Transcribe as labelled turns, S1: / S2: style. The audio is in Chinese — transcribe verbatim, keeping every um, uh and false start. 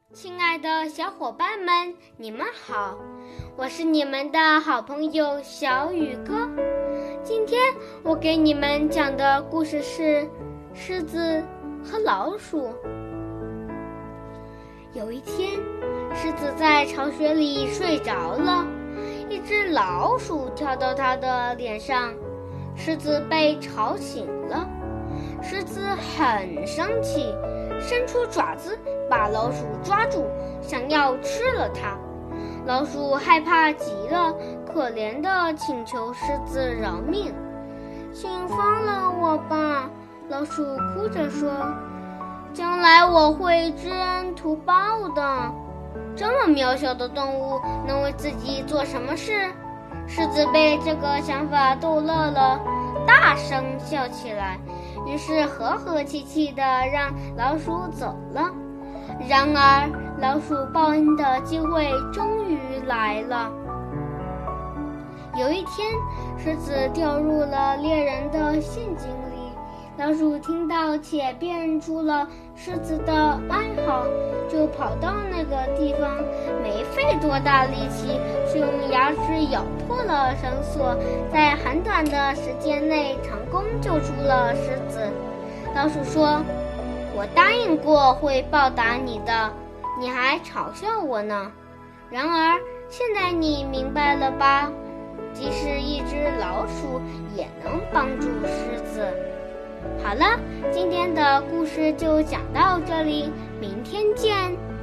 S1: 亲爱的小伙伴们，你们好，我是你们的好朋友小雨哥。今天我给你们讲的故事是狮子和老鼠。有一天，狮子在巢穴里睡着了，一只老鼠跳到它的脸上，狮子被吵醒了。狮子很生气，伸出爪子把老鼠抓住，想要吃了它。老鼠害怕极了，可怜地请求狮子饶命：“请放了我吧！”老鼠哭着说：“将来我会知恩图报的。”这么渺小的动物能为自己做什么事？狮子被这个想法逗乐了，大声笑起来，于是和和气气地让老鼠走了。然而，老鼠报恩的机会终于来了。有一天，狮子掉入了猎人的陷阱里，老鼠听到且辨出了狮子的哀嚎，就跑到那个地方，没费多大力气，就用牙齿咬破了绳索，在很短的时间内成功救出了狮子。老鼠说：“我答应过会报答你的，你还嘲笑我呢。然而现在你明白了吧？即使一只老鼠也能帮助狮子。”好了，今天的故事就讲到这里，明天见。